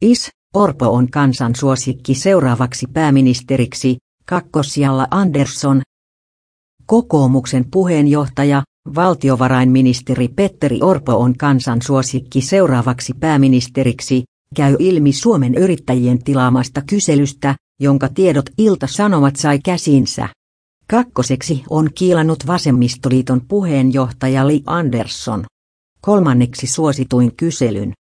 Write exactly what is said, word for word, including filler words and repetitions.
Is, Orpo on kansan suosikki seuraavaksi pääministeriksi, kakkossijalla Andersson. Kokoomuksen puheenjohtaja, valtiovarainministeri Petteri Orpo on kansan suosikki seuraavaksi pääministeriksi, käy ilmi Suomen Yrittäjien tilaamasta kyselystä, jonka tiedot Ilta-Sanomat sai käsiinsä. Kakkoseksi on kiilannut Vasemmistoliiton puheenjohtaja Li Andersson. Kolmanneksi suosituin kyselyn